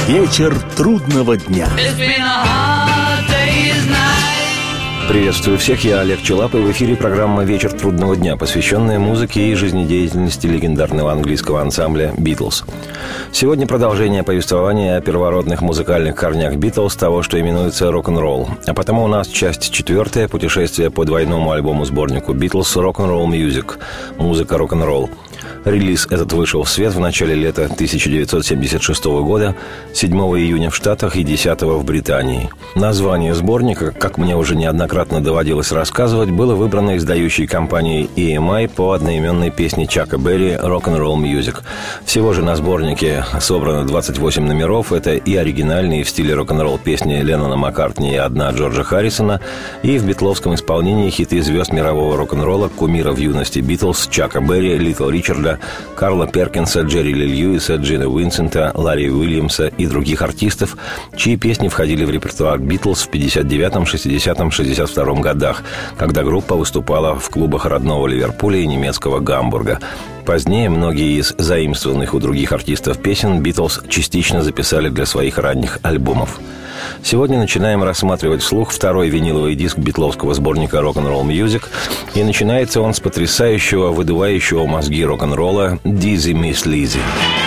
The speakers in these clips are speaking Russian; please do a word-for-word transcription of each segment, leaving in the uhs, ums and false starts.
Вечер трудного дня. Приветствую всех, я Олег Челап, и в эфире программа «Вечер трудного дня», посвященная музыке и жизнедеятельности легендарного английского ансамбля «Битлз». Сегодня продолжение повествования о первородных музыкальных корнях «Битлз», того, что именуется рок-н-ролл. А потому у нас часть четвертая, путешествие по двойному альбому-сборнику «Битлз» «Rock'n'Roll Music» – «Музыка рок-н-ролл». Релиз этот вышел в свет в начале лета тысяча девятьсот семьдесят шестого года, седьмого июня в Штатах и десятого в Британии. Название сборника, как мне уже неоднократно доводилось рассказывать, было выбрано издающей компанией и эм ай по одноименной песне Чака Берри «Rock'n'Roll Music». Всего же на сборнике собрано двадцать восемь номеров. Это и оригинальные в стиле рок-н-ролл песни Леннона, Маккартни и одна Джорджа Харрисона, и в битловском исполнении хиты звезд мирового рок-н-ролла, кумира в юности Битлз, Чака Берри, Литл Ричарда, Карла Перкинса, Джерри Ли Льюиса, Джина Уинсента, Ларри Уильямса и других артистов, чьи песни входили в репертуар «Битлз» в пятьдесят девятом, шестидесятом, шестьдесят втором годах, когда группа выступала в клубах родного Ливерпуля и немецкого Гамбурга. Позднее многие из заимствованных у других артистов песен «Битлз» частично записали для своих ранних альбомов. Сегодня начинаем рассматривать вслух второй виниловый диск битловского сборника «Rock'n'Roll Music», и начинается он с потрясающего, выдувающего мозги рок-н-ролла «Dizzy Miss Lizzy».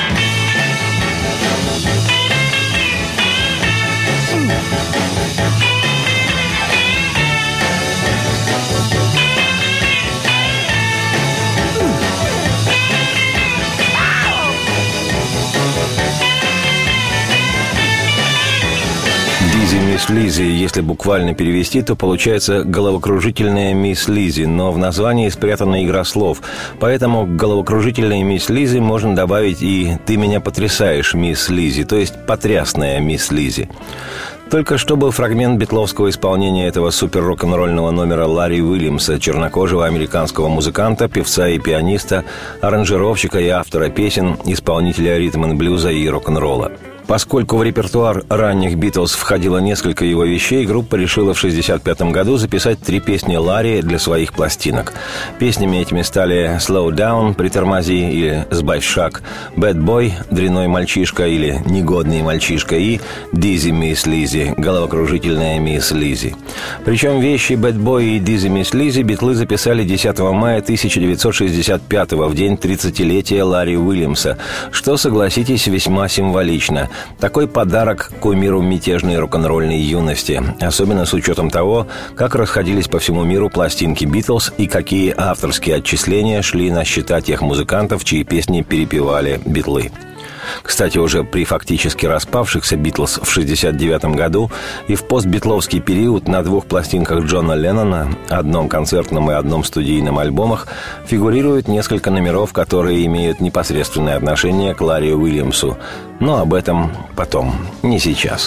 «Мисс Лиззи», если буквально перевести, то получается «головокружительная мисс Лиззи», но в названии спрятана игра слов. Поэтому к «головокружительной мисс Лиззи» можно добавить и «ты меня потрясаешь, мисс Лиззи», то есть «потрясная мисс Лиззи». Только что был фрагмент битловского исполнения этого супер-рок-н-ролльного номера Ларри Уильямса, чернокожего американского музыканта, певца и пианиста, аранжировщика и автора песен, исполнителя ритм-н-блюза и рок-н-ролла. Поскольку в репертуар ранних «Битлз» входило несколько его вещей, группа решила в шестьдесят пятом году записать три песни Ларри для своих пластинок. Песнями этими стали «Slow Down» «Притормози» или «Сбавь шаг», «Bad Boy» «Дрянной мальчишка» или «Негодный мальчишка» и «Dizzy Miss Lizzy» «Головокружительная мисс Лиззи». Причем вещи «Bad Boy» и «Dizzy Miss Lizzy» битлы записали десятого мая тысяча девятьсот шестьдесят пятого, в день тридцатилетия Ларри Уильямса, что, согласитесь, весьма символично. Такой подарок кумиру мятежной рок-н-ролльной юности, особенно с учетом того, как расходились по всему миру пластинки «Битлз» и какие авторские отчисления шли на счета тех музыкантов, чьи песни перепевали битлы. Кстати, уже при фактически распавшихся «Битлз» в шестьдесят девятом году и в постбитловский период на двух пластинках Джона Леннона, одном концертном и одном студийном альбомах, фигурирует несколько номеров, которые имеют непосредственное отношение к Ларри Уильямсу. Но об этом потом, не сейчас.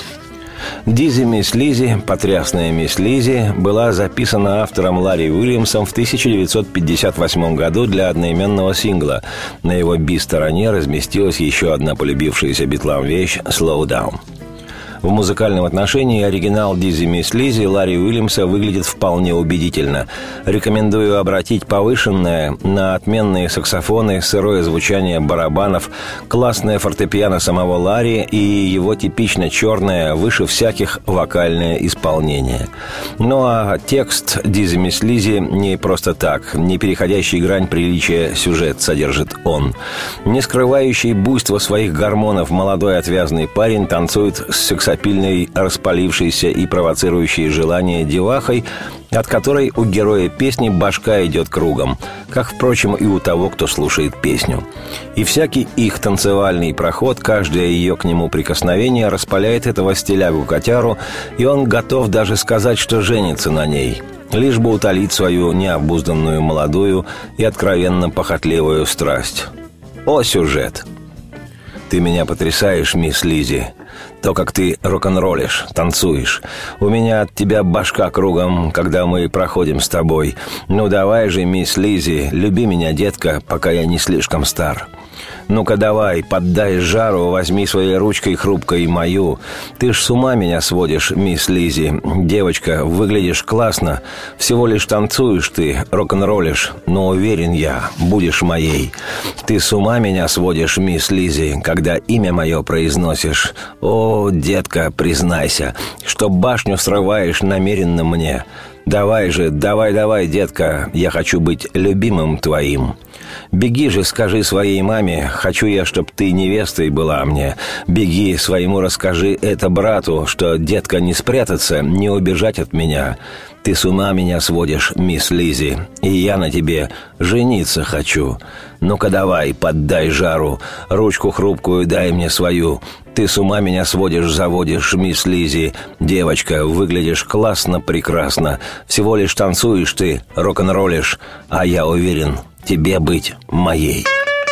«Dizzy Miss Lizzy», «Потрясная мисс Лиззи», была записана автором Ларри Уильямсом в тысяча девятьсот пятьдесят восьмом году для одноименного сингла. На его би-стороне разместилась еще одна полюбившаяся битлам вещь «Slow Down». В музыкальном отношении оригинал «Dizzy Miss Lizzy» Ларри Уильямса выглядит вполне убедительно. Рекомендую обратить повышенное на отменные саксофоны, сырое звучание барабанов, классное фортепиано самого Ларри и его типично черное, выше всяких, вокальное исполнение. Ну а текст «Dizzy Miss Lizzy» не просто так, не переходящий грань приличия сюжет содержит он. Не скрывающий буйство своих гормонов молодой отвязный парень танцует с сексофоном, пильной, распалившейся и провоцирующей желание девахой, от которой у героя песни башка идет кругом, как, впрочем, и у того, кто слушает песню. И всякий их танцевальный проход, каждое ее к нему прикосновение распаляет этого стилягу-котяру, и он готов даже сказать, что женится на ней, лишь бы утолить свою необузданную молодую и откровенно похотливую страсть. О, сюжет! «Ты меня потрясаешь, мисс Лиззи. То, как ты рок-н-роллишь, танцуешь. У меня от тебя башка кругом, когда мы проходим с тобой. Ну давай же, мисс Лиззи, люби меня, детка, пока я не слишком стар. Ну-ка давай, поддай жару, возьми своей ручкой хрупкой мою. Ты ж с ума меня сводишь, мисс Лизи. Девочка, выглядишь классно. Всего лишь танцуешь ты, рок-н-роллишь, но уверен я, будешь моей. Ты с ума меня сводишь, мисс Лизи, когда имя мое произносишь. О, детка, признайся, что башню срываешь намеренно мне. Давай же, давай-давай, детка, я хочу быть любимым твоим. Беги же, скажи своей маме, хочу я, чтоб ты невестой была мне. Беги, своему расскажи это брату, что, детка, не спрятаться, не убежать от меня. Ты с ума меня сводишь, мисс Лизи, и я на тебе жениться хочу. Ну-ка давай, поддай жару, ручку хрупкую дай мне свою. Ты с ума меня сводишь, заводишь, мисс Лизи. Девочка, выглядишь классно, прекрасно. Всего лишь танцуешь ты, рок-н-роллишь, а я уверен, тебе быть моей.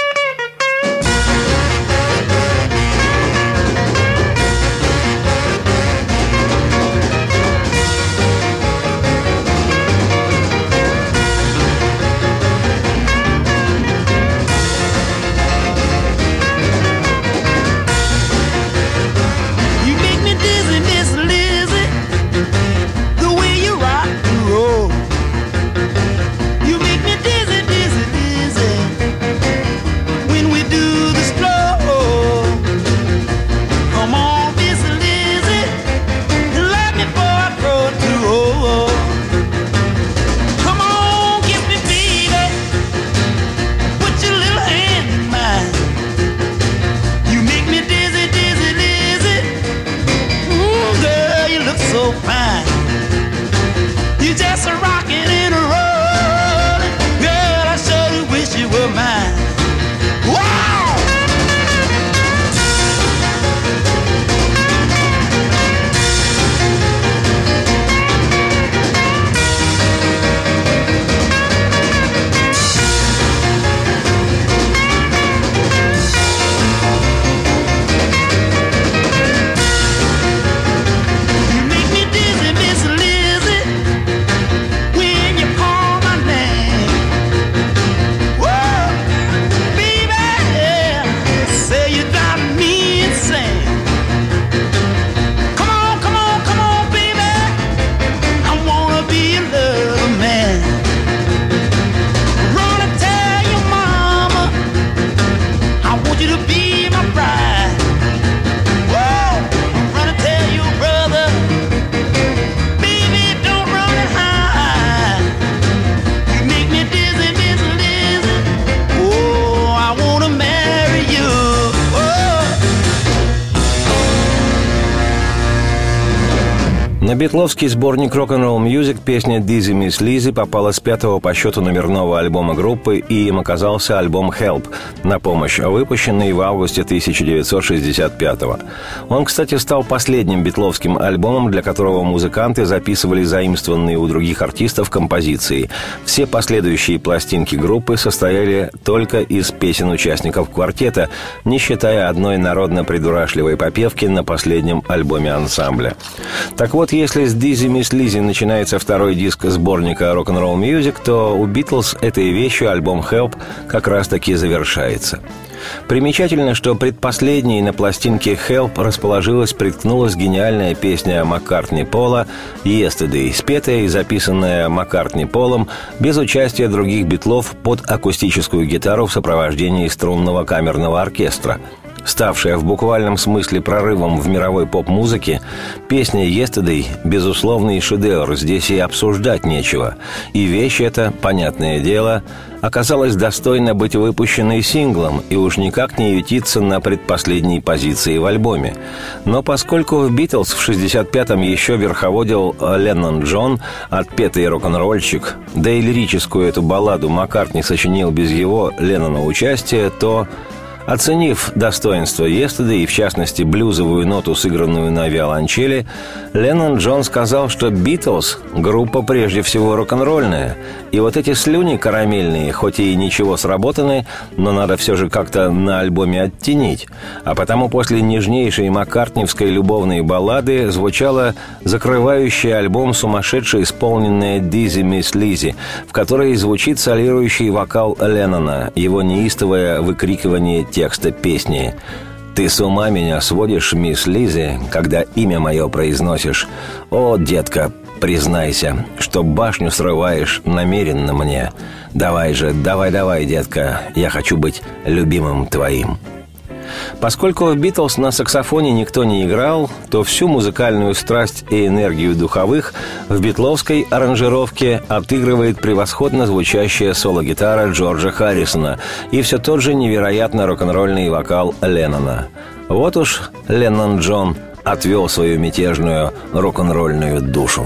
На битловский сборник Rock'n'Roll Music песня «Dizzy Miss Lizzy» попала с пятого по счету номерного альбома группы, и им оказался альбом «Help» на помощь, выпущенный в августе тысяча девятьсот шестьдесят пятого. Он, кстати, стал последним битловским альбомом, для которого музыканты записывали заимствованные у других артистов композиции. Все последующие пластинки группы состояли только из песен участников квартета, не считая одной народно-придурашливой попевки на последнем альбоме ансамбля. Так вот, если с «Dizzy Miss Lizzy» начинается второй диск сборника Rock'n'Roll Music, то у «Битлз» этой вещью альбом «Help» как раз-таки завершается. Примечательно, что предпоследней на пластинке «Help» расположилась, приткнулась гениальная песня Маккартни Пола «Yesterday», спетая и записанная Маккартни Полом без участия других битлов под акустическую гитару в сопровождении струнного камерного оркестра. Ставшая в буквальном смысле прорывом в мировой поп-музыке, песня «Yesterday» – безусловный шедевр, здесь и обсуждать нечего. И вещь эта, понятное дело, оказалась достойна быть выпущенной синглом и уж никак не ютиться на предпоследней позиции в альбоме. Но поскольку в «Битлз» в шестьдесят пятом еще верховодил Леннон Джон, отпетый рок-н-ролльщик, да и лирическую эту балладу Маккартни сочинил без его, Леннона, участия, то... Оценив достоинство «Yesterday» и, в частности, блюзовую ноту, сыгранную на виолончели, Леннон Джон сказал, что «Битлз» — группа прежде всего рок-н-ролльная. И вот эти слюни карамельные, хоть и ничего сработаны, но надо все же как-то на альбоме оттенить. А потому после нежнейшей маккартневской любовной баллады звучала закрывающая альбом сумасшедше исполненная «Dizzy Miss Lizzy», в которой звучит солирующий вокал Леннона, его неистовое выкрикивание текста песни. «Ты с ума меня сводишь, мисс Лизи, когда имя мое произносишь. О, детка, признайся, что башню срываешь намеренно мне. Давай же, давай-давай, детка, я хочу быть любимым твоим». Поскольку в «Битлз» на саксофоне никто не играл, то всю музыкальную страсть и энергию духовых в битловской аранжировке отыгрывает превосходно звучащая соло-гитара Джорджа Харрисона и все тот же невероятно рок-н-ролльный вокал Леннона. Вот уж Леннон Джон отвел свою мятежную рок-н-ролльную душу.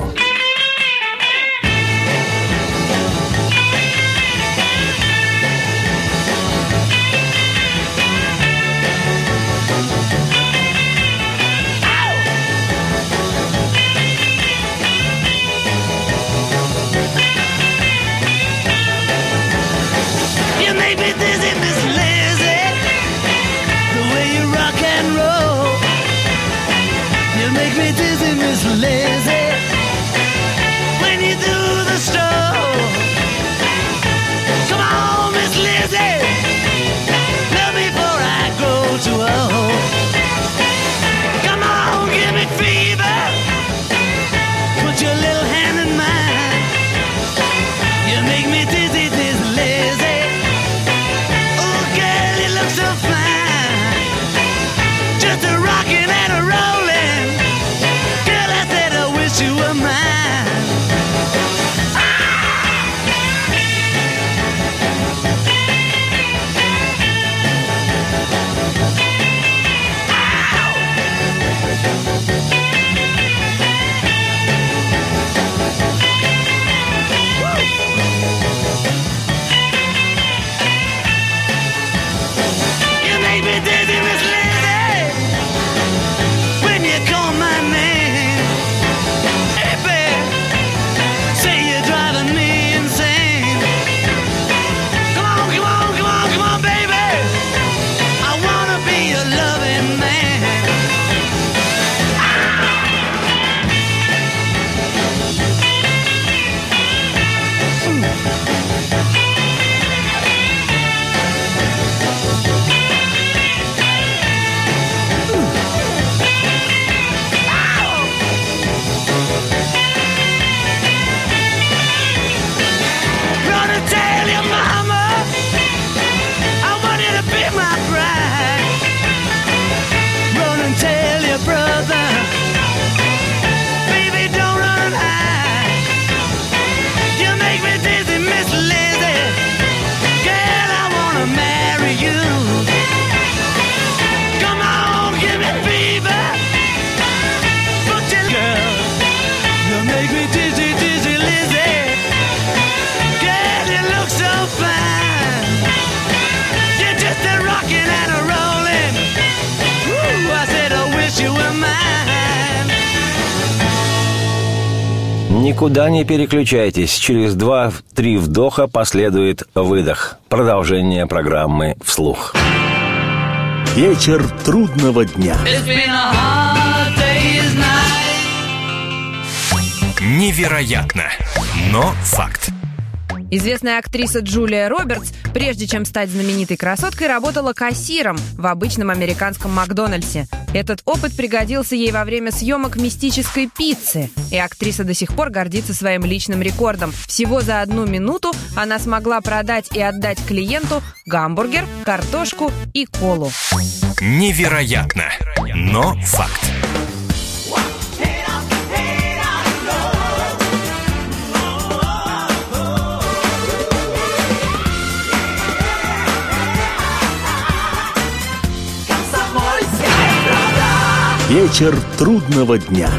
Никуда не переключайтесь. Через два-три вдоха последует выдох. Продолжение программы «Вслух». Вечер трудного дня. Невероятно, но факт. Известная актриса Джулия Робертс, прежде чем стать знаменитой красоткой, работала кассиром в обычном американском Макдональдсе. Этот опыт пригодился ей во время съемок «Мистической пиццы», и актриса до сих пор гордится своим личным рекордом. Всего за одну минуту она смогла продать и отдать клиенту гамбургер, картошку и колу. Невероятно, но факт. Вечер трудного дня.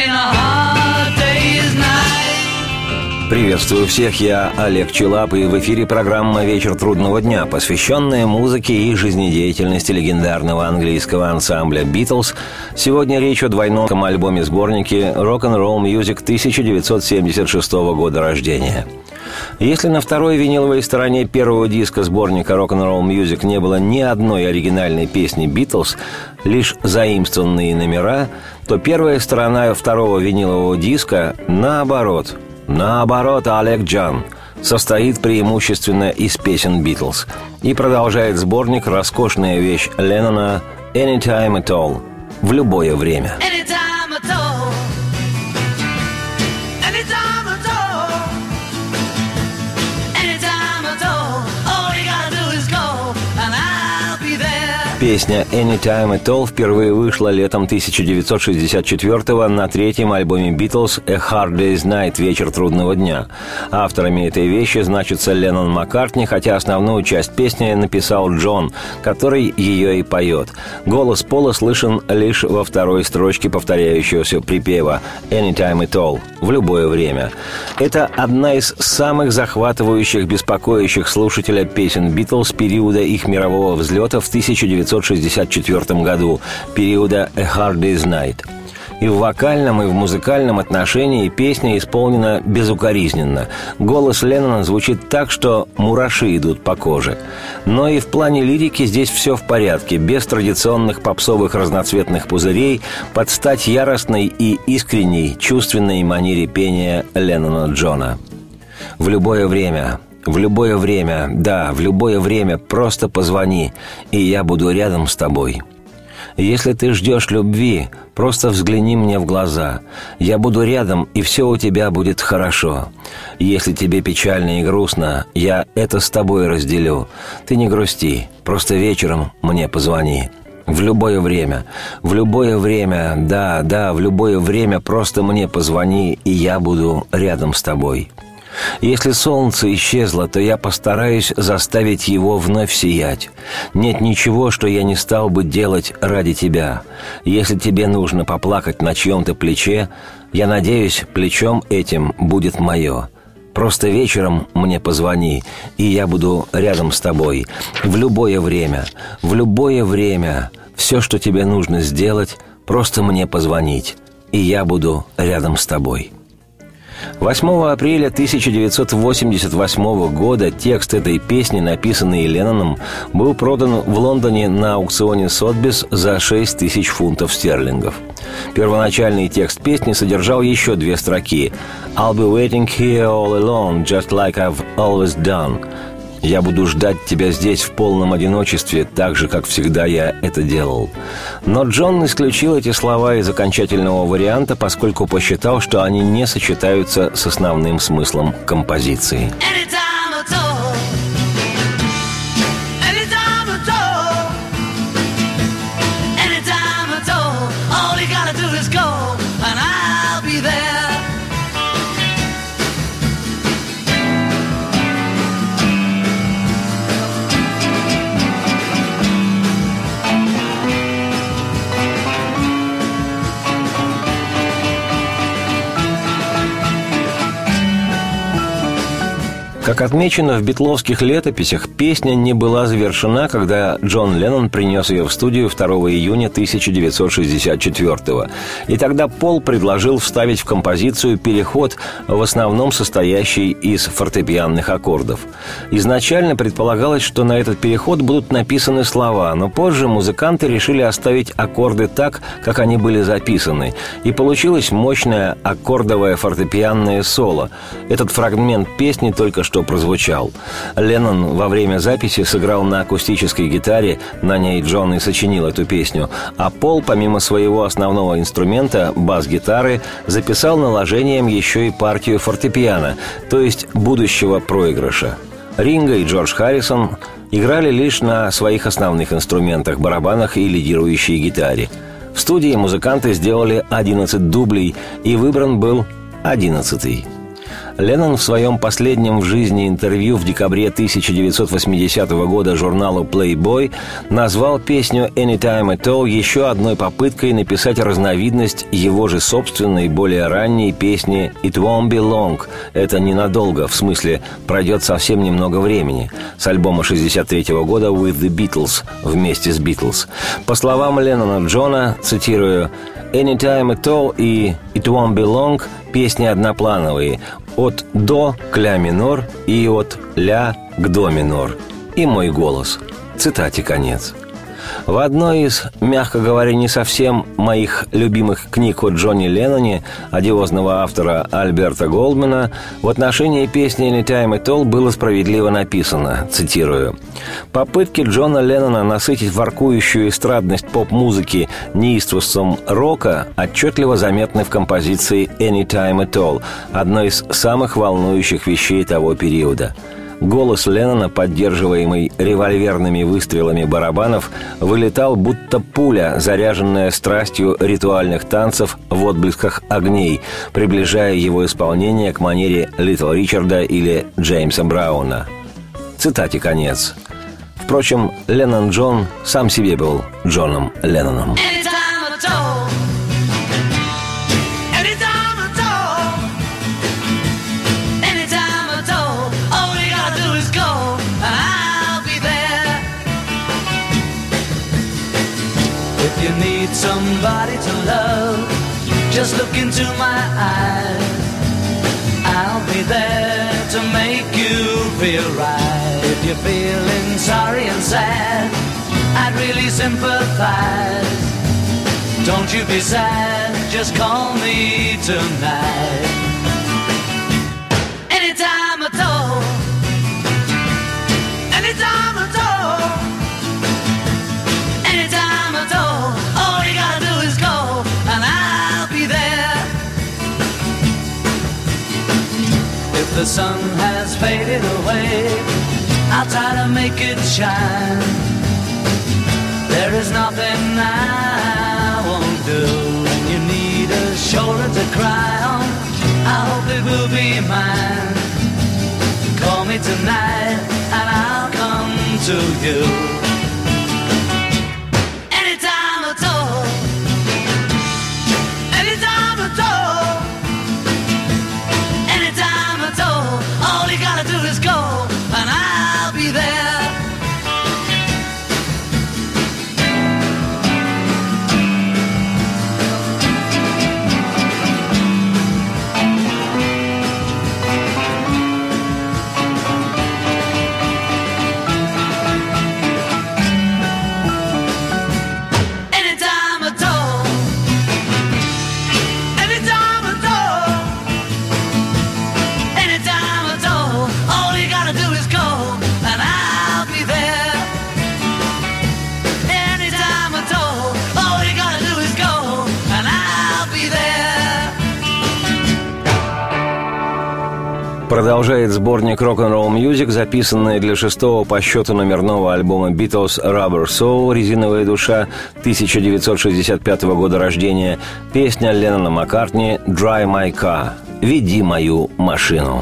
Приветствую всех, я Олег Челап, и в эфире программа «Вечер трудного дня», посвященная музыке и жизнедеятельности легендарного английского ансамбля «Битлз». Сегодня речь о двойном альбоме-сборнике «Rock-and-Roll Music» тысяча девятьсот семьдесят шестого года рождения. Если на второй виниловой стороне первого диска сборника «Rock-and-Roll Music» не было ни одной оригинальной песни «Битлз», лишь заимствованные номера, то первая сторона второго винилового диска наоборот. Наоборот, Олег Джан. состоит преимущественно из песен «Битлз» и продолжает сборник роскошная вещь Леннона «Anytime at all» – «В любое время». Песня «Anytime at all» впервые вышла летом тысяча девятьсот шестьдесят четвёртого на третьем альбоме «Битлз» «A Hard Day's Night» – «Вечер трудного дня». Авторами этой вещи значатся Леннон и Маккартни, хотя основную часть песни написал Джон, который ее и поет. Голос Пола слышен лишь во второй строчке повторяющегося припева «Anytime at all» – «В любое время». Это одна из самых захватывающих, беспокоящих слушателя песен «Битлз» периода их мирового взлета в тысяча девятьсот шестьдесят четвёртом году, периода «A Hard Day's Night». И в вокальном, и в музыкальном отношении песня исполнена безукоризненно. Голос Леннона звучит так, что мураши идут по коже. Но и в плане лирики здесь все в порядке, без традиционных попсовых разноцветных пузырей, под стать яростной и искренней, чувственной манере пения Леннона Джона. В любое время... В любое время, да, в любое время просто позвони, и я буду рядом с тобой. Если ты ждешь любви, просто взгляни мне в глаза. Я буду рядом, и все у тебя будет хорошо. Если тебе печально и грустно, я это с тобой разделю. Ты не грусти, просто вечером мне позвони. В любое время, в любое время, да, да, в любое время просто мне позвони, и я буду рядом с тобой. Если солнце исчезло, то я постараюсь заставить его вновь сиять. Нет ничего, что я не стал бы делать ради тебя. Если тебе нужно поплакать на чьем-то плече, я надеюсь, плечом этим будет мое. Просто вечером мне позвони, и я буду рядом с тобой. В любое время, в любое время, все, что тебе нужно сделать, просто мне позвонить, и я буду рядом с тобой. восьмого апреля тысяча девятьсот восемьдесят восьмого года текст этой песни, написанный Ленноном, был продан в Лондоне на аукционе Сотбис за шесть тысяч фунтов стерлингов. Первоначальный текст песни содержал еще две строки «I'll be waiting here all alone, just like I've always done». «Я буду ждать тебя здесь в полном одиночестве, так же, как всегда я это делал». Но Джон исключил эти слова из окончательного варианта, поскольку посчитал, что они не сочетаются с основным смыслом композиции. Как отмечено в битловских летописях, песня не была завершена, когда Джон Леннон принес ее в студию второго июня тысяча девятьсот шестьдесят четвёртого. И тогда Пол предложил вставить в композицию переход, в основном состоящий из фортепианных аккордов. Изначально предполагалось, что на этот переход будут написаны слова, но позже музыканты решили оставить аккорды так, как они были записаны, и получилось мощное аккордовое фортепианное соло. Этот фрагмент песни только что прозвучал. Леннон во время записи сыграл на акустической гитаре, на ней Джон и сочинил эту песню, а Пол, помимо своего основного инструмента, бас-гитары, записал наложением еще и партию фортепиано, то есть будущего проигрыша. Ринго и Джордж Харрисон играли лишь на своих основных инструментах, барабанах и лидирующей гитаре. В студии музыканты сделали одиннадцать дублей, и выбран был одиннадцатый. Леннон в своем последнем в жизни интервью в декабре тысяча девятьсот восьмидесятого года журналу Playboy назвал песню «Anytime at all» еще одной попыткой написать разновидность его же собственной, более ранней песни «It won't be long» — «Это ненадолго», в смысле «пройдет совсем немного времени», с альбома шестьдесят третьего года «With the Beatles», вместе с «Битлз». По словам Леннона Джона, цитирую, «Anytime at all» и «It won't be long» — песни одноплановые, от до к ля минор и от ля к до минор. И мой голос. Цитате конец. В одной из, мягко говоря, не совсем моих любимых книг о Джоне Ленноне, одиозного автора Альберта Голдмана, в отношении песни «Anytime at All» было справедливо написано, цитирую: «Попытки Джона Леннона насытить воркующую эстрадность поп-музыки неистовством рока отчетливо заметны в композиции «Anytime at All», одной из самых волнующих вещей того периода. Голос Леннона, поддерживаемый револьверными выстрелами барабанов, вылетал будто пуля, заряженная страстью ритуальных танцев в отблесках огней, приближая его исполнение к манере Литл Ричарда или Джеймса Брауна». Цитате конец. Впрочем, Леннон Джон сам себе был Джоном Ленноном. You need somebody to love, just look into my eyes. I'll be there to make you feel right. If you're feeling sorry and sad, I'd really sympathize. Don't you be sad, just call me tonight. Anytime at all, anytime at all, anytime at all. If the sun has faded away, I'll try to make it shine. There is nothing I won't do. When you need a shoulder to cry on, I hope it will be mine. Call me tonight and I'll come to you. Anytime at all, anytime at all, anytime at all. All you gotta do is go and I'll be there. Продолжает сборник Rock'n'Roll Music, записанный для шестого по счету номерного альбома Beatles Rubber Soul «Резиновая душа» тысяча девятьсот шестьдесят пятого года рождения, песня Леннона Маккартни «Drive My Car» – «Веди мою машину».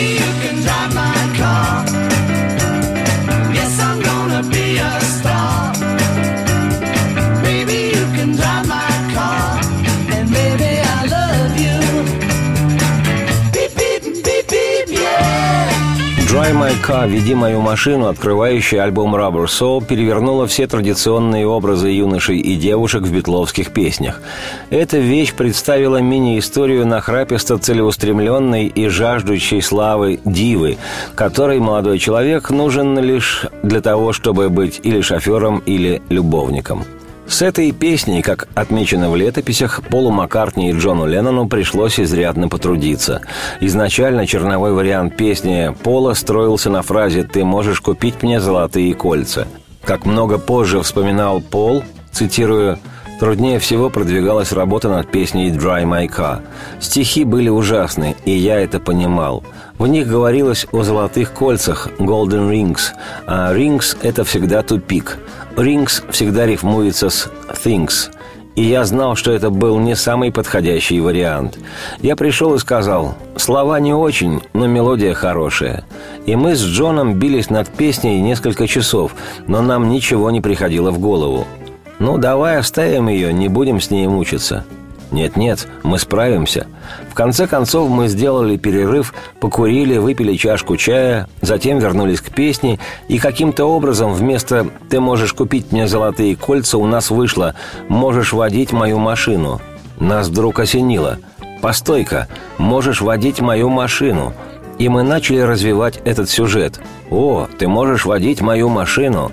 «Drive My Car» «Веди мою машину», открывающий альбом Rubber Soul, перевернула все традиционные образы юношей и девушек в битловских песнях. Эта вещь представила мини-историю нахраписто-целеустремленной и жаждущей славы дивы, которой молодой человек нужен лишь для того, чтобы быть или шофером, или любовником. С этой песней, как отмечено в летописях, Полу Маккартни и Джону Леннону пришлось изрядно потрудиться. Изначально черновой вариант песни Пола строился на фразе «Ты можешь купить мне золотые кольца». Как много позже вспоминал Пол, цитирую, «Труднее всего продвигалась работа над песней «Drive My Car». Стихи были ужасны, и я это понимал. В них говорилось о золотых кольцах, golden rings, а rings – это всегда тупик. Rings всегда рифмуется с things. И я знал, что это был не самый подходящий вариант. Я пришел и сказал, слова не очень, но мелодия хорошая. И мы с Джоном бились над песней несколько часов, но нам ничего не приходило в голову. «Ну, давай оставим ее, не будем с ней мучиться». «Нет-нет, мы справимся». В конце концов мы сделали перерыв, покурили, выпили чашку чая, затем вернулись к песне, и каким-то образом вместо «ты можешь купить мне золотые кольца» у нас вышло «можешь водить мою машину». Нас вдруг осенило. «Постой-ка, можешь водить мою машину». И мы начали развивать этот сюжет. «О, ты можешь водить мою машину».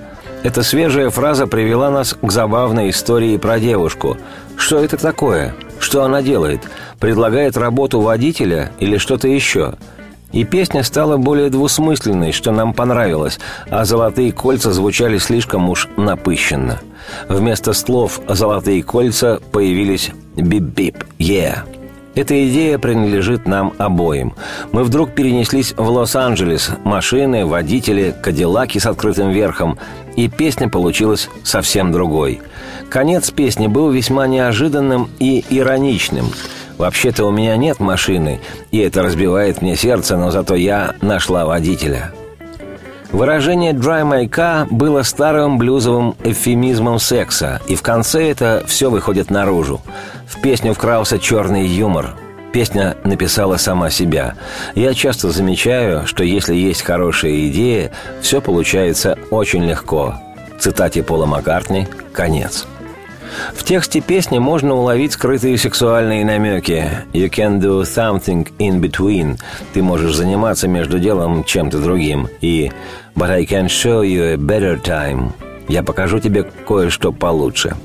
Эта свежая фраза привела нас к забавной истории про девушку. Что это такое? Что она делает? Предлагает работу водителя или что-то еще? И песня стала более двусмысленной, что нам понравилось, а «Золотые кольца» звучали слишком уж напыщенно. Вместо слов «Золотые кольца» появились «бип-бип, yeah». Эта идея принадлежит нам обоим. Мы вдруг перенеслись в Лос-Анджелес. Машины, водители, кадиллаки с открытым верхом. И песня получилась совсем другой. Конец песни был весьма неожиданным и ироничным. «Вообще-то у меня нет машины, и это разбивает мне сердце, но зато я нашла водителя». Выражение «dry my car» было старым блюзовым эвфемизмом секса, и в конце это все выходит наружу. В песню вкрался черный юмор. Песня написала сама себя. Я часто замечаю, что если есть хорошая идея, все получается очень легко. Цитате Пола Маккартни «Конец». В тексте песни можно уловить скрытые сексуальные намеки. «You can do something in between». Ты можешь заниматься между делом чем-то другим. И «But I can show you a better time». Я покажу тебе кое-что получше.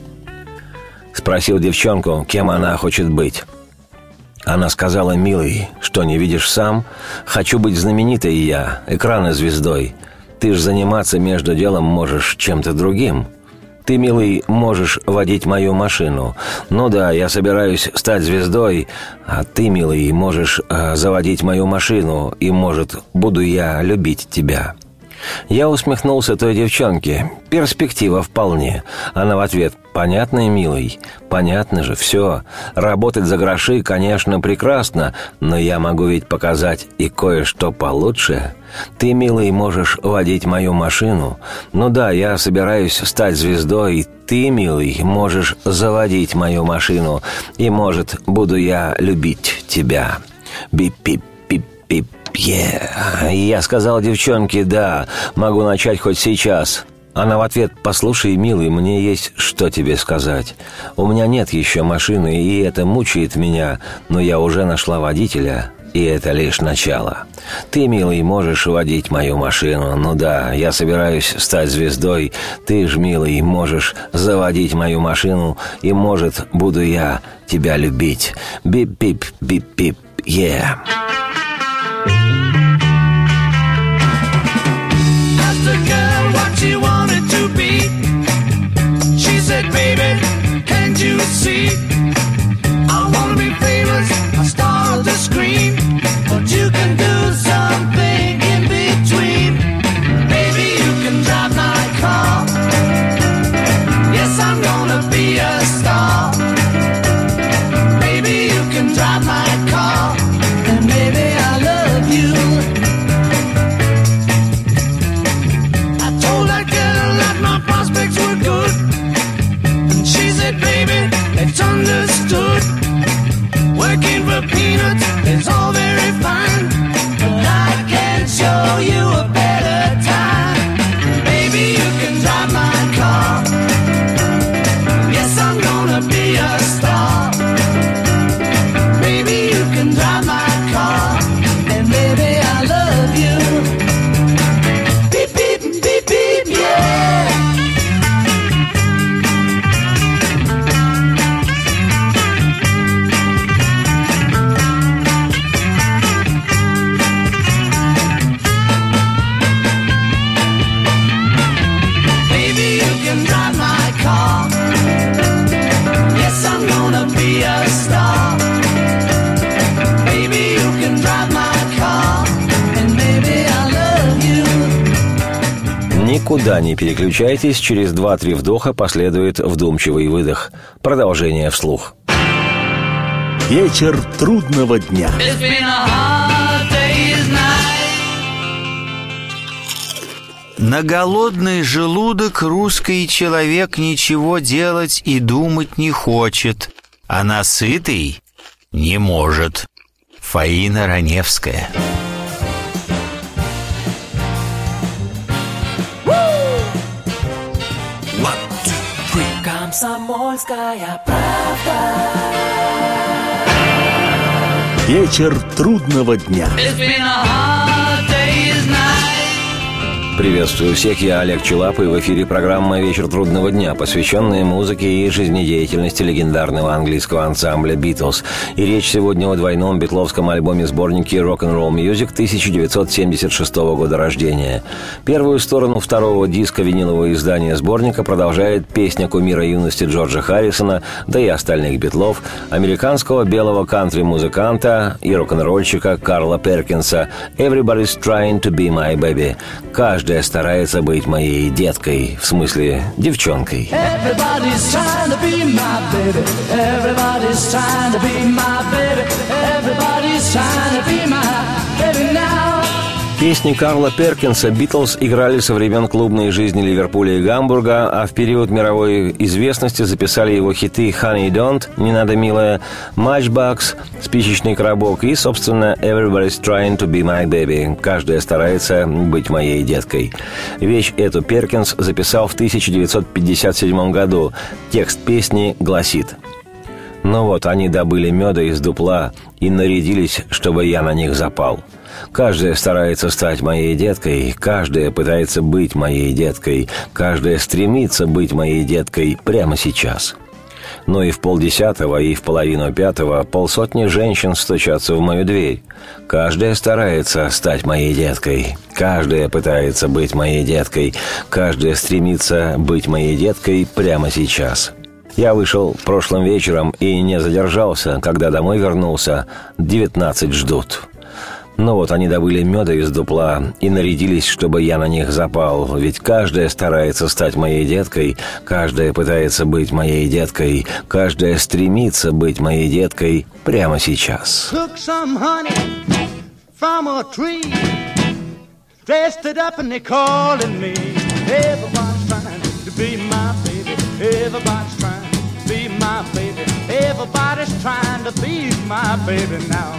Спросил девчонку, кем она хочет быть. Она сказала: «Милый, что, не видишь сам? Хочу быть знаменитой я, экрана звездой. Ты ж заниматься между делом можешь чем-то другим. Ты, милый, можешь водить мою машину. Ну да, я собираюсь стать звездой, а ты, милый, можешь э, заводить мою машину, и, может, буду я любить тебя». Я усмехнулся той девчонке. Перспектива вполне. Она в ответ: «Понятно, милый? Понятно же, все. Работать за гроши, конечно, прекрасно, но я могу ведь показать и кое-что получше. Ты, милый, можешь водить мою машину. Ну да, я собираюсь стать звездой. Ты, милый, можешь заводить мою машину, и, может, буду я любить тебя. Бип-бип-бип-бип. Yeah. Я сказал девчонке: «Да, могу начать хоть сейчас». Она в ответ: «Послушай, милый, мне есть что тебе сказать. У меня нет еще машины, и это мучает меня, но я уже нашла водителя, и это лишь начало. Ты, милый, можешь водить мою машину. Ну да, я собираюсь стать звездой. Ты ж, милый, можешь заводить мою машину, и, может, буду я тебя любить. Бип-бип-бип-бип, yeah». Asked the girl what she wanted to be. She said, "Baby, can't you see? I wanna be famous, a star of the screen, but you can do something in between. Baby, you can drive my car. Yes, I'm gonna be a star. Baby, you can drive my car, and baby, I love you." I told that girl that my prospects were good, and she said, "Baby, it's understood. Working for peanuts is all very fine, but I can show you a better time. Baby, you can drive my car. Yes, I'm gonna be a star. Baby, you can drive my car, and baby, I love you. Beep, beep, beep, beep, yeah." Baby, you can drive my car. Yes, I'm gonna be a star. Baby, you can drive my car, and baby, I love you. Никуда не переключайтесь, через два-три вдоха последует вдумчивый выдох. Продолжение вслух. Вечер трудного дня. It's been a hard day's night. На голодный желудок русский человек ничего делать и думать не хочет, а на сытый не может. Фаина Раневская. Комсомольская правда. Вечер трудного дня. It's been a hard day's night. Приветствую всех, я Олег Челап, и в эфире программа «Вечер трудного дня», посвященная музыке и жизнедеятельности легендарного английского ансамбля «Битлз». И речь сегодня о двойном битловском альбоме-сборнике «Rock'n'Roll Music» тысяча девятьсот семьдесят шестого года рождения. Первую сторону второго диска винилового издания сборника продолжает песня кумира юности Джорджа Харрисона, да и остальных битлов, американского белого кантри-музыканта и рок-н-ролльщика Карла Перкинса «Everybody's trying to be my baby». Каждая старается быть моей деткой, в смысле девчонкой. Everybody's trying to be my baby. Everybody's trying to be my baby. Everybody's trying to be my baby now. Песни Карла Перкинса «Битлз» играли со времен клубной жизни Ливерпуля и Гамбурга, а в период мировой известности записали его хиты «Honey Don't», «Не надо, милая», «Matchbox», «Спичечный коробок» и, собственно, «Everybody's trying to be my baby». Каждая старается быть моей деткой. Вещь эту Перкинс записал в тысяча девятьсот пятьдесят седьмом году. Текст песни гласит: «Ну вот, они добыли меда из дупла и нарядились, чтобы я на них запал. Каждая старается стать моей деткой, каждая пытается быть моей деткой, каждая стремится быть моей деткой прямо сейчас. Но и в полдесятого, и в половину пятого полсотни женщин стучатся в мою дверь. Каждая старается стать моей деткой, каждая пытается быть моей деткой, каждая стремится быть моей деткой прямо сейчас. Я вышел прошлым вечером и не задержался, когда домой вернулся, девятнадцать ждут». Ну вот, они добыли меда из дупла и нарядились, чтобы я на них запал. Ведь каждая старается стать моей деткой, каждая пытается быть моей деткой, каждая стремится быть моей деткой прямо сейчас. Took some honey from a tree, dressed it up and they calling me. Everybody's trying to be my baby. Everybody's trying to be my baby. Everybody's trying to be my baby now.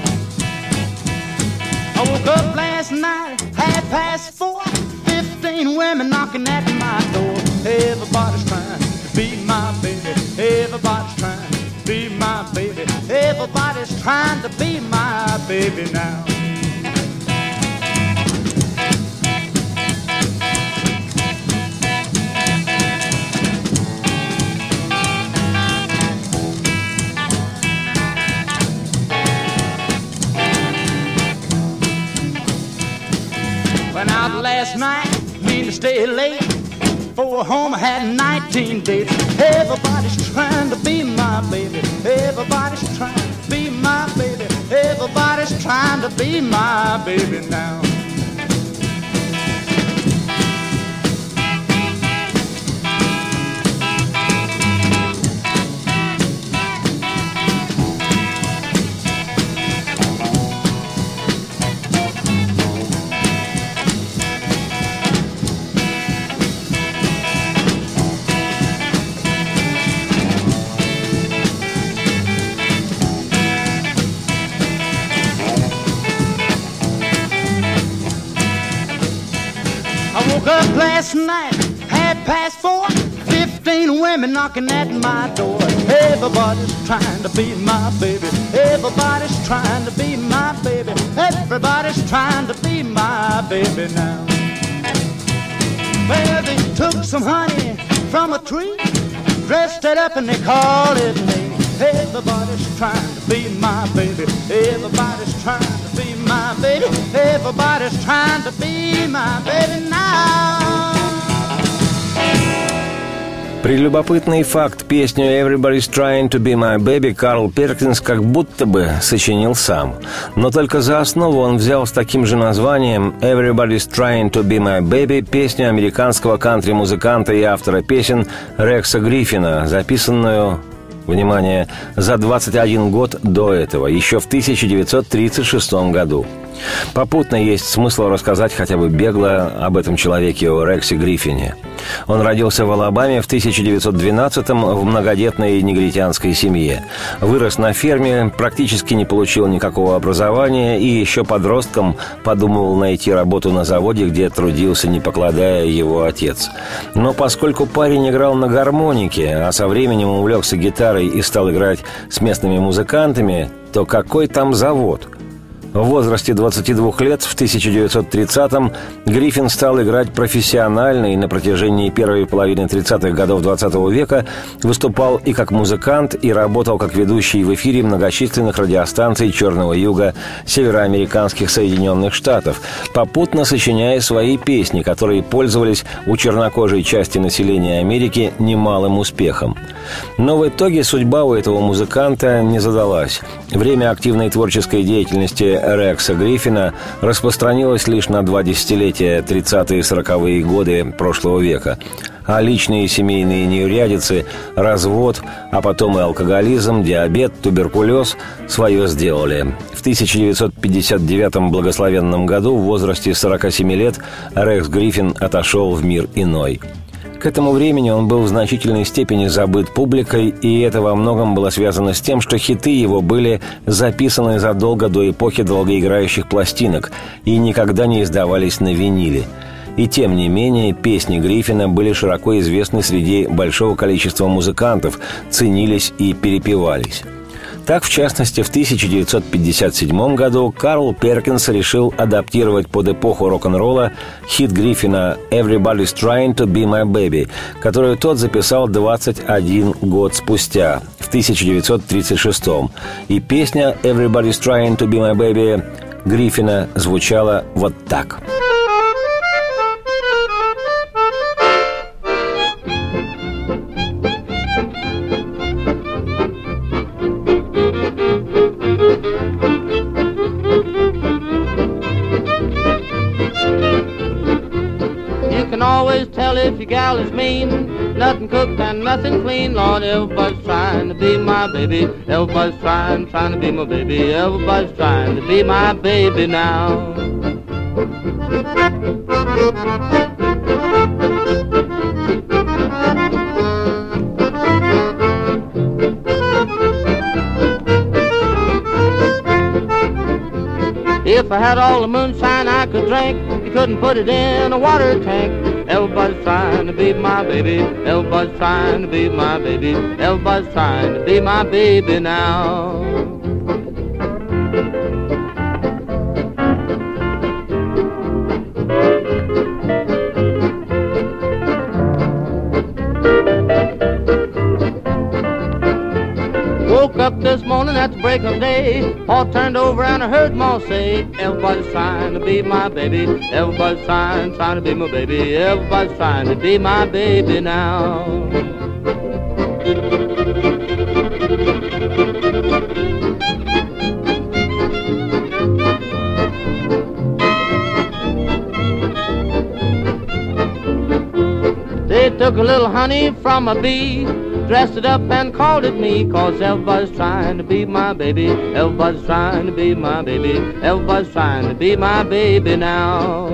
I woke up last night, half past four, fifteen women knocking at my door. Everybody's trying to be my baby. Everybody's trying to be my baby. Everybody's trying to be my baby now. Went out last night, mean to stay late. For home I had nineteen dates. Everybody's trying to be my baby. Everybody's trying to be my baby. Everybody's trying to be my baby now. Woke up last night, half past four, fifteen women knocking at my door. Everybody's trying to be my baby. Everybody's trying to be my baby. Everybody's trying to be my baby now. Well, they took some honey from a tree, dressed it up and they called it me. Everybody's trying to be my baby. Everybody's trying to be my baby. Everybody's trying to be my baby now. Прелюбопытный факт: песню «Everybody's trying to be my baby» Карл Перкинс как будто бы сочинил сам. Но только за основу он взял с таким же названием «Everybody's trying to be my baby» песню американского кантри-музыканта и автора песен Рекса Гриффина, записанную, внимание, за двадцать один год до этого, еще в тысяча девятьсот тридцать шестом году. Попутно есть смысл рассказать хотя бы бегло об этом человеке, о Рексе Гриффине. Он родился в Алабаме в тысяча девятьсот двенадцатом в многодетной негритянской семье. Вырос на ферме, практически не получил никакого образования и еще подростком подумывал найти работу на заводе, где трудился, не покладая, его отец. Но поскольку парень играл на гармонике, а со временем увлекся гитарой и стал играть с местными музыкантами, то какой там завод? В возрасте двадцати двух лет в тысяча девятьсот тридцатом Гриффин стал играть профессионально и на протяжении первой половины тридцатых годов двадцатого века выступал и как музыкант, и работал как ведущий в эфире многочисленных радиостанций Черного Юга североамериканских Соединенных Штатов, попутно сочиняя свои песни, которые пользовались у чернокожей части населения Америки немалым успехом. Но в итоге судьба у этого музыканта не задалась. Время активной творческой деятельности Рекса Гриффина распространилось лишь на два десятилетия, тридцатые и сороковые годы прошлого века. А личные и семейные неурядицы, развод, а потом и алкоголизм, диабет, туберкулез свое сделали. В тысяча девятьсот пятьдесят девятом благословенном году в возрасте сорока семи лет Рекс Гриффин отошел в мир иной. К этому времени он был в значительной степени забыт публикой, и это во многом было связано с тем, что хиты его были записаны задолго до эпохи долгоиграющих пластинок и никогда не издавались на виниле. И тем не менее, песни Гриффина были широко известны среди большого количества музыкантов, ценились и перепевались. Так, в частности, в тысяча девятьсот пятьдесят седьмом году Карл Перкинс решил адаптировать под эпоху рок-н-ролла хит Гриффина «Everybody's Trying to Be My Baby», которую тот записал двадцать один год спустя, в тысяча девятьсот тридцать шестом. И песня «Everybody's Trying to Be My Baby» Гриффина звучала вот так. Always tell if your gal is mean, nothing cooked and nothing clean. Lord, everybody's trying to be my baby. Everybody's trying, trying to be my baby. Everybody's trying to be my baby now. If I had all the moonshine I could drink, you couldn't put it in a water tank. Everybody's trying to be my baby. Everybody's trying to be my baby. Everybody's trying to be my baby now. Woke up this morning at the break of day, all turned over and I heard Ma say, everybody's trying to be my baby. Everybody's trying, trying to be my baby. Everybody's trying to be my baby now. They took a little honey from a bee, dressed it up and called it me, 'cause everybody's trying to be my baby. Everybody's trying to be my baby. Everybody's trying to be my baby now.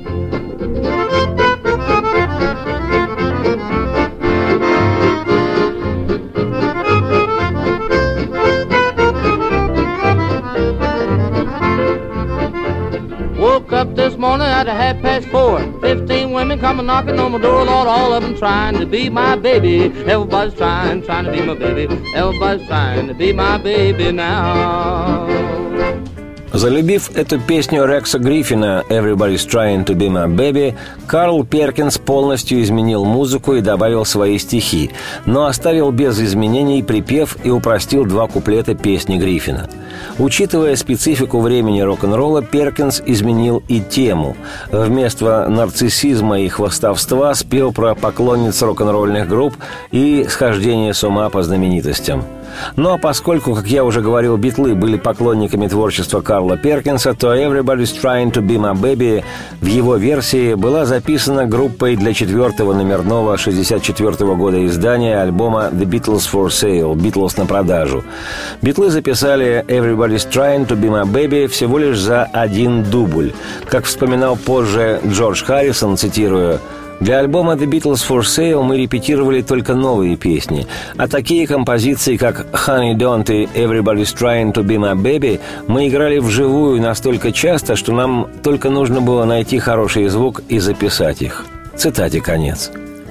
Woke up this morning at a half past four. Fifteen women come knocking on my door, Lord, all of them trying to be my baby. Everybody's trying, trying to be my baby. Everybody's trying to be my baby now. Залюбив эту песню Рекса Гриффина «Everybody's Trying to Be My Baby», Карл Перкинс полностью изменил музыку и добавил свои стихи, но оставил без изменений припев и упростил два куплета песни Гриффина. Учитывая специфику времени рок-н-ролла, Перкинс изменил и тему. Вместо нарциссизма и хвастовства спел про поклонниц рок-н-ролльных групп и схождение с ума по знаменитостям. Ну а поскольку, как я уже говорил, Битлы были поклонниками творчества Карла Перкинса, то «Everybody's Trying to Be My Baby» в его версии была записана группой для четвертого номерного шестьдесят четвёртого года издания альбома «The Beatles for Sale» «Битлз на продажу». Битлы записали «Everybody's Trying to Be My Baby» всего лишь за один дубль. Как вспоминал позже Джордж Харрисон, цитирую, «Для альбома «The Beatles for Sale» мы репетировали только новые песни, а такие композиции, как «Honey Don't» и «Everybody's Trying to Be My Baby» мы играли вживую настолько часто, что нам только нужно было найти хороший звук и записать их». Цитате конец.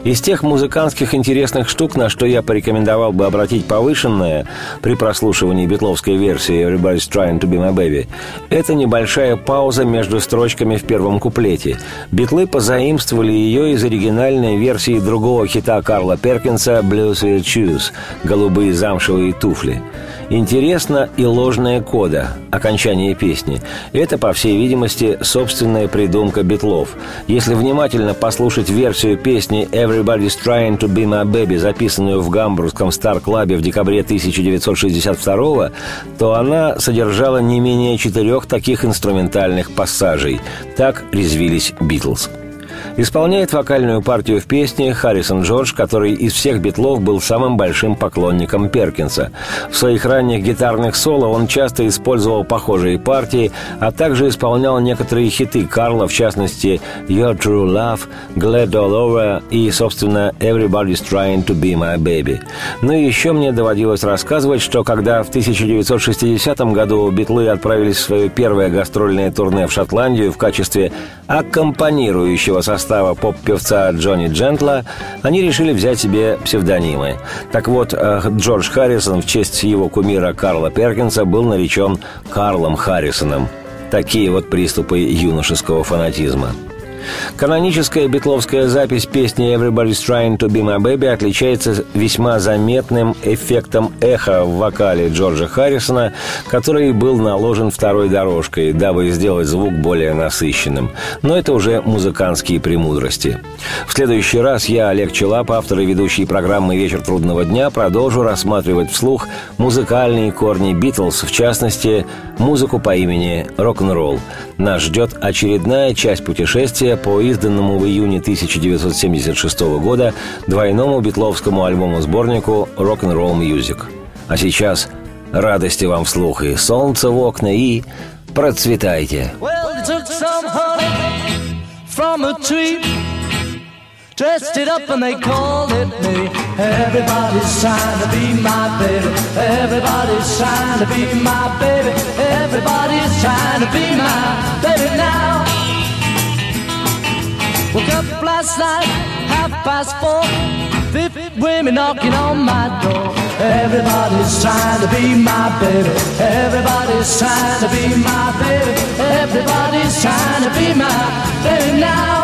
Из тех музыкантских интересных штук, на что я порекомендовал бы обратить повышенное при прослушивании битловской версии «Everybody's Trying to Be My Baby», это небольшая пауза между строчками в первом куплете. Битлы позаимствовали ее из оригинальной версии другого хита Карла Перкинса «Blue Suede Shoes» — «Голубые замшевые туфли». Интересна и ложная кода, окончание песни. Это, по всей видимости, собственная придумка битлов. Если внимательно послушать версию песни «Everybody's Trying to Be My Baby», записанную в гамбургском Стар-клабе в декабре тысяча девятьсот шестьдесят второго, то она содержала не менее четырех таких инструментальных пассажей. Так резвились Битлз. Исполняет вокальную партию в песне Харрисон Джордж, который из всех битлов был самым большим поклонником Перкинса. В своих ранних гитарных соло он часто использовал похожие партии, а также исполнял некоторые хиты Карла, в частности «Your True Love», «Glad All Over» и, собственно, «Everybody's Trying to Be My Baby». Ну и еще мне доводилось рассказывать, что когда в тысяча девятьсот шестидесятом году битлы отправились в свое первое гастрольное турне в Шотландию в качестве аккомпанирующего состава поп-певца Джонни Джентла, они решили взять себе псевдонимы. Так вот, Джордж Харрисон в честь его кумира Карла Перкинса был наречен Карлом Харрисоном. Такие вот приступы юношеского фанатизма. Каноническая битловская запись песни «Everybody's Trying to Be My Baby» отличается весьма заметным эффектом эха в вокале Джорджа Харрисона, который был наложен второй дорожкой, дабы сделать звук более насыщенным. Но это уже музыкантские премудрости. В следующий раз я, Олег Челап, автор и ведущий программы «Вечер трудного дня», продолжу рассматривать вслух музыкальные корни Битлз, в частности, музыку по имени рок-н-ролл. Нас ждет очередная часть путешествия по изданному в июне тысяча девятьсот семьдесят шестого года двойному битловскому альбому-сборнику «Rock'n'Roll Music». А сейчас радости вам вслух и солнца в окна, и процветайте! Dressed it up and they called it me. Everybody's trying to be my baby. Everybody's trying to be my baby. Everybody's trying to be my baby now. Woke up last night, half past four. Fifty women knocking on my door. Everybody's trying to be my baby. Everybody's trying to be my baby. Everybody's trying to be my baby now.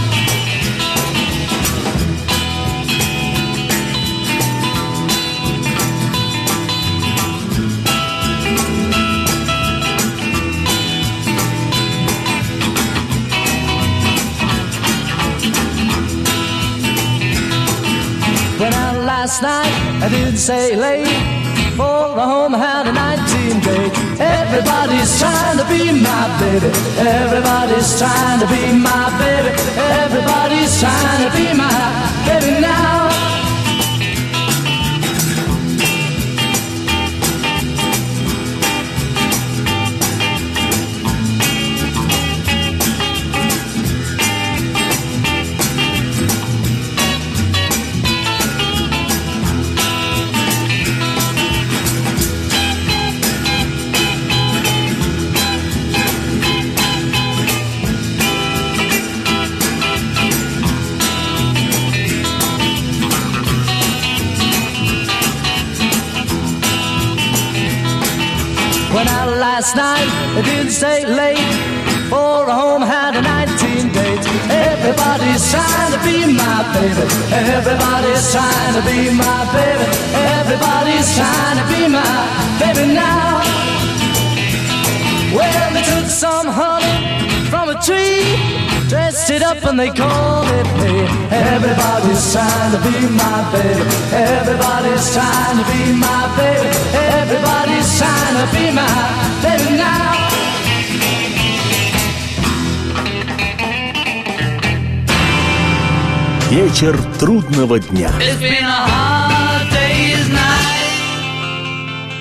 Went out last night, I didn't say late. For the home had a nineteen date. Everybody's trying to be my baby. Everybody's trying to be my baby. Everybody's trying to be my baby now. Went out last night, I didn't stay late. For a home had a nineteen date. Everybody's trying to be my baby. Everybody's trying to be my baby. Everybody's trying to be my baby now. Well, they took some honey from a tree, dressed it up and they called it me. Everybody's trying to be my baby. Everybody's trying to be my baby. Everybody's trying to be my baby now. Вечер трудного дня. It's been a hard